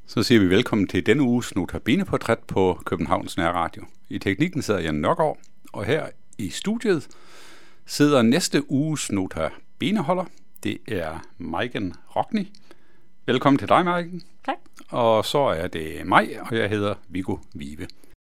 Så siger vi velkommen til denne uges Notabene-portræt på Københavns Nærradio. I teknikken sidder Jan Nørgaard, og her i studiet sidder næste uges Notabene-holder. Det er Maiken Rockny. Velkommen til dig, Maiken. Tak. Og så er det mig, og jeg hedder Viggo Vive.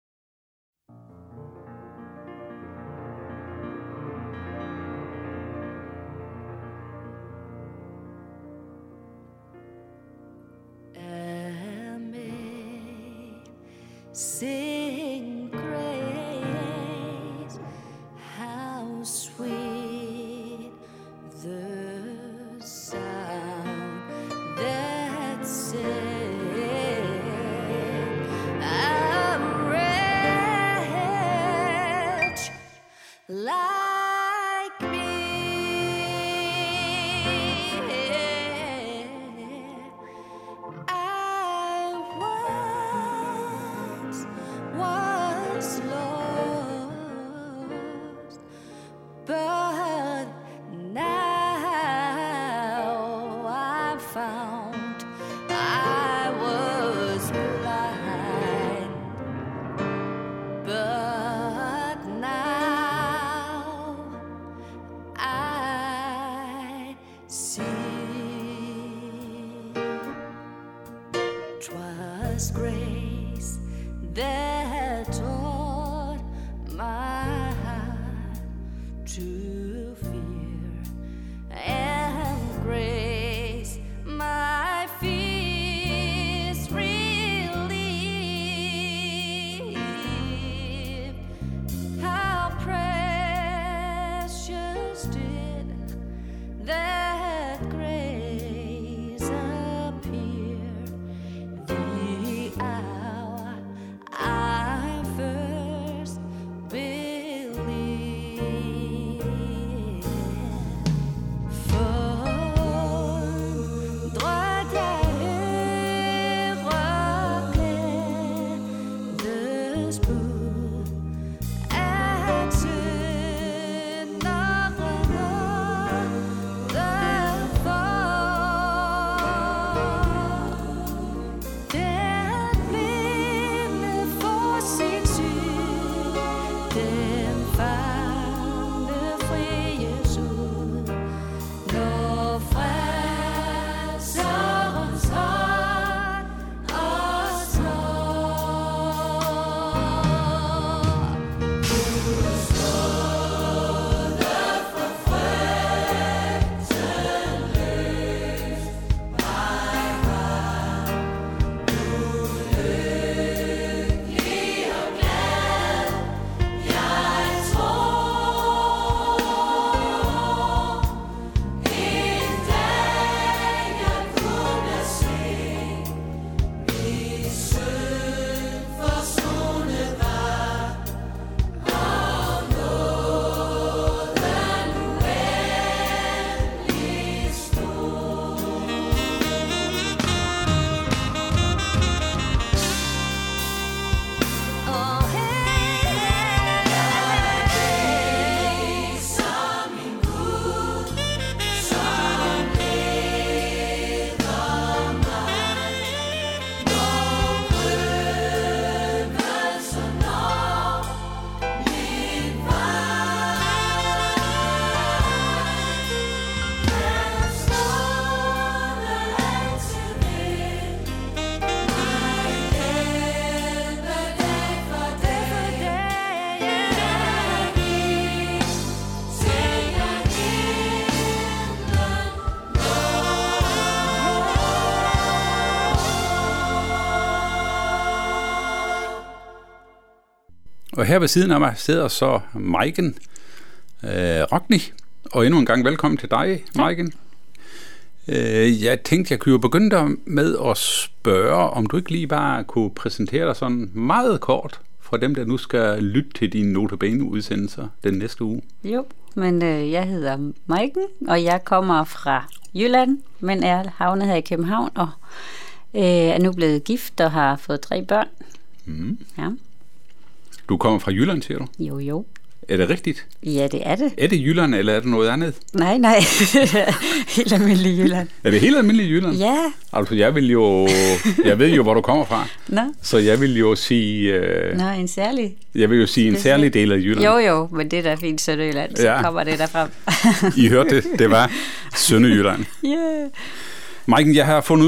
Sing grace, how sweet the sound that saved a wretch like me. Was lost, but now I found I was blind, but now I see. 'Twas grace that taught my heart to fear, and grace my fears relieved. How precious did that grace appear the hour I first believed. Fondre derrière de spoed at Og her ved siden af mig sidder så Maiken Rockny. Og endnu en gang velkommen til dig, Maiken. Jeg tænkte, jeg kunne begynde med at spørge, om du ikke lige bare kunne præsentere dig sådan meget kort for dem, der nu skal lytte til dine Notabene-udsendelser den næste uge. Jo, men jeg hedder Maiken, og jeg kommer fra Jylland, men er havnet her i København, og er nu blevet gift og har fået 3 børn. Mm. Ja. Du kommer fra Jylland, siger du? Jo. Er det rigtigt? Ja, det er det. Er det Jylland, eller er det noget andet? Nej. Helt almindelig Jylland. Er det helt almindeligt Jylland? Ja. Altså, jeg ved jo, hvor du kommer fra. Nå. Så jeg vil jo sige... Nå, en særlig. Jeg vil jo sige en særlig del af Jylland. Jo, men det er da fint Sønderjylland, så kommer det derfra. I hørte det. Det var Sønderjylland. Yeah. Maiken, jeg har fundet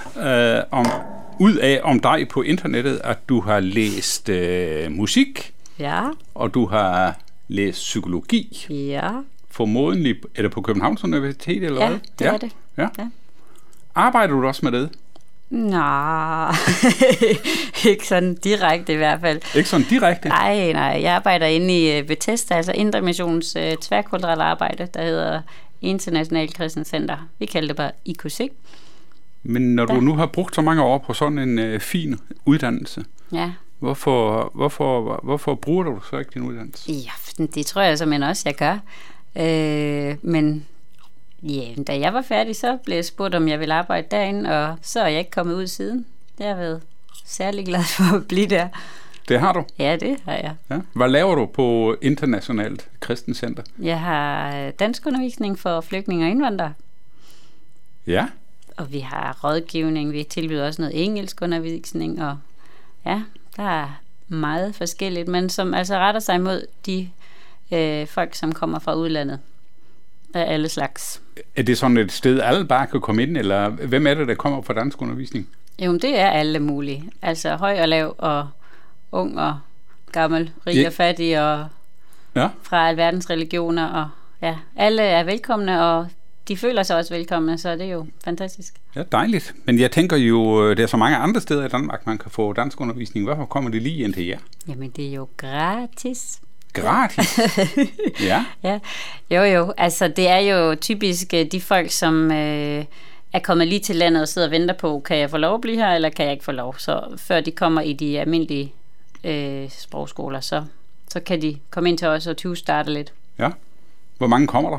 ud af om dig på internettet, at du har læst musik, Ja. og du har læst psykologi. Ja. Formodentlig, er det på Københavns Universitet, eller Ja, hvad? det er det. Ja. Ja. Arbejder du også med det? Nå, ikke sådan direkte i hvert fald. Ikke sådan direkte? Nej, jeg arbejder inde i Bethesda, altså Indre Missions tværkulturelle arbejde, der hedder International Kristen Center. Vi kalder det bare IKC. Men når du nu har brugt så mange år på sådan en fin uddannelse, Ja. hvorfor bruger du så ikke din uddannelse? Ja, det tror jeg simpelthen også, jeg gør. Men ja, da jeg var færdig, så blev jeg spurgt, om jeg ville arbejde derinde, og så er jeg ikke kommet ud siden. Det har jeg været særlig glad for at blive der. Det har du? Ja, det har jeg. Ja. Hvad laver du på Internationalt Kristen Center? Jeg har danskundervisning for flygtninge og indvandrere. Ja. Og vi har rådgivning, vi tilbyder også noget engelskundervisning, og ja, der er meget forskelligt, men som altså retter sig mod de folk, som kommer fra udlandet af alle slags. Er det sådan et sted, alle bare kan komme ind, eller hvem er det, der kommer fra danskundervisning? Jo, det er alle mulige. Altså høj og lav, og ung og gammel, rig og fattig, og fra alverdens religioner, og ja, alle er velkomne, og de føler sig også velkomne, så det er jo fantastisk. Ja, dejligt. Men jeg tænker jo, der er så mange andre steder i Danmark, man kan få danskundervisning. Hvorfor kommer det lige ind til jer? Jamen, det er jo gratis. Gratis? Ja. Ja. Jo. Altså, det er jo typisk de folk, som er kommet lige til landet og sidder og venter på, kan jeg få lov at blive her, eller kan jeg ikke få lov? Så før de kommer i de almindelige sprogskoler, så kan de komme ind til os og starte lidt. Ja. Hvor mange kommer der?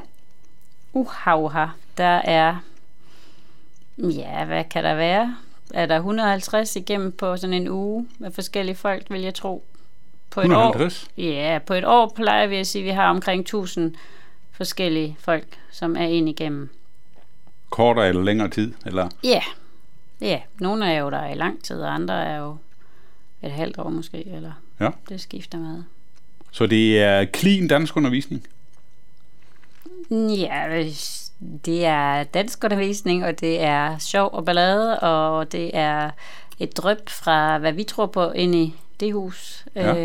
Der er, ja, hvad kan der være? Er der 150 igennem på sådan en uge med forskellige folk, vil jeg tro. På 150? Ja, på et år plejer vi at sige, at vi har omkring 1000 forskellige folk, som er ind igennem. Kortere eller længere tid? Eller? Ja, nogle er jo der i lang tid, og andre er jo et halvt år måske, eller det skifter meget. Så det er clean danskundervisning? Ja, det er danskundervisning, og det er sjov og ballade, og det er et dryp fra, hvad vi tror på, ind i det hus.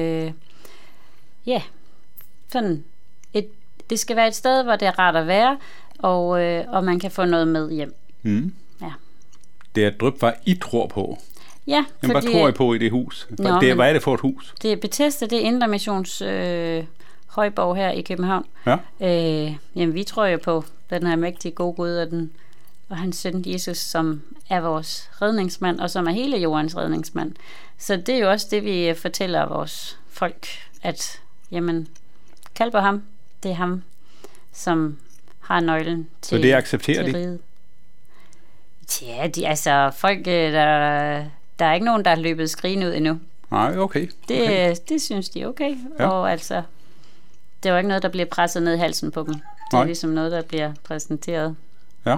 Sådan det skal være et sted, hvor det er rart at være, og man kan få noget med hjem. Mm. Ja. Det er et dryp, hvad I tror på? Ja, men hvad tror I på i det hus? Hvad er det for et hus? Det er Bethesda, det er Indre Missions højborg her i København. Ja. Jamen, vi tror jo på den her mægtige gode Gud og hans søn Jesus, som er vores redningsmand, og som er hele jordens redningsmand. Så det er jo også det, vi fortæller vores folk, at jamen, kald på ham. Det er ham, som har nøglen til. Så det accepterer de? Riget. Ja, altså folk, der er ikke nogen, der er løbet skrigende ud endnu. Nej, okay. Det synes de er okay. Ja. Og altså, det er jo ikke noget, der bliver presset ned i halsen på dem. Det er ligesom noget, der bliver præsenteret. Ja.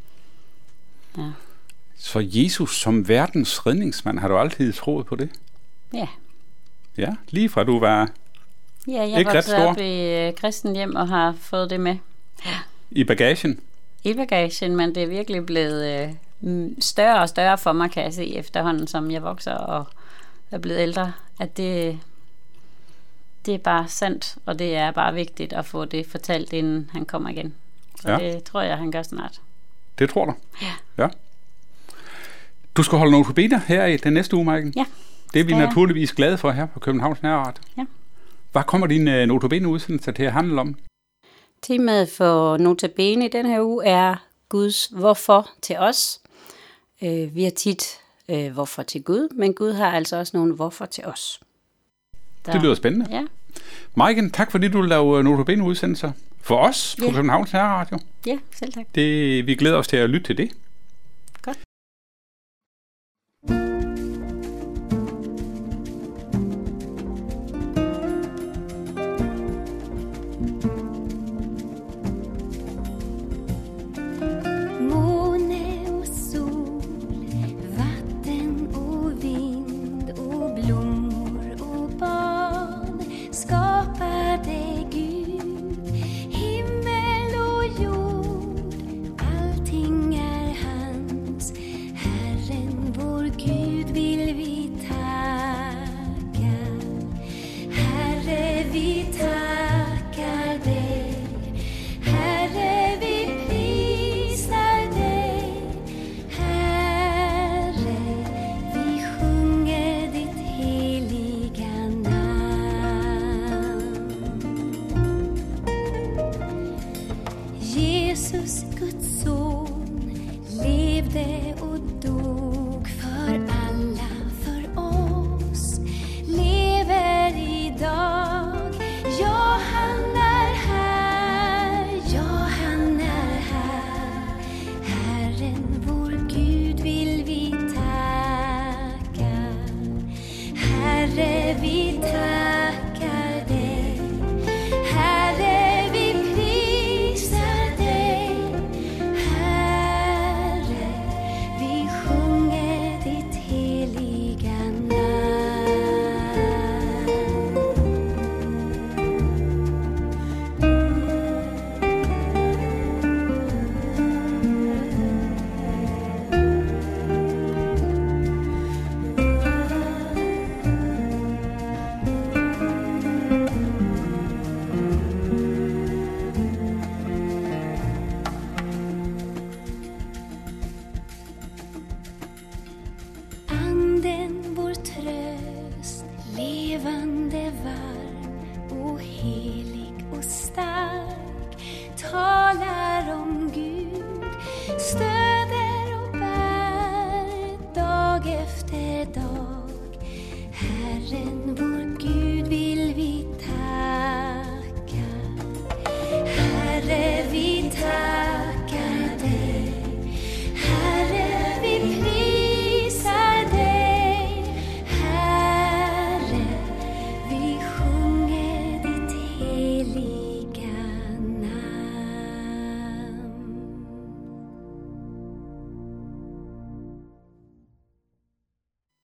Så Jesus som verdens redningsmand, har du altid troet på det? Ja. Ja, lige fra du var jeg voksede op i kristen hjem og har fået det med. I bagagen? I bagagen, men det er virkelig blevet større og større for mig, kan jeg se efterhånden, som jeg vokser og er blevet ældre, at det er bare sandt, og det er bare vigtigt at få det fortalt, inden han kommer igen. Så det tror jeg, han gør snart. Det tror du? Ja. Du skal holde notabene her i den næste uge, Maiken. Ja. Det er vi naturligvis glade for her på Københavns Nærradio. Ja. Hvad kommer din notabene-udsendelse til at handle om? Temaet for notabene i den her uge er Guds hvorfor til os. Vi har tit hvorfor til Gud, men Gud har altså også nogle hvorfor til os. Det lyder spændende. Ja. Maiken, tak fordi du laver notabene-udsendelser for os på Københavns Nærradio. Ja, selv tak. Vi glæder os til at lytte til det. Godt. levande varm och helig och stark, talar om Gud, stöder och bär dag efter dag. Herren vår Gud vill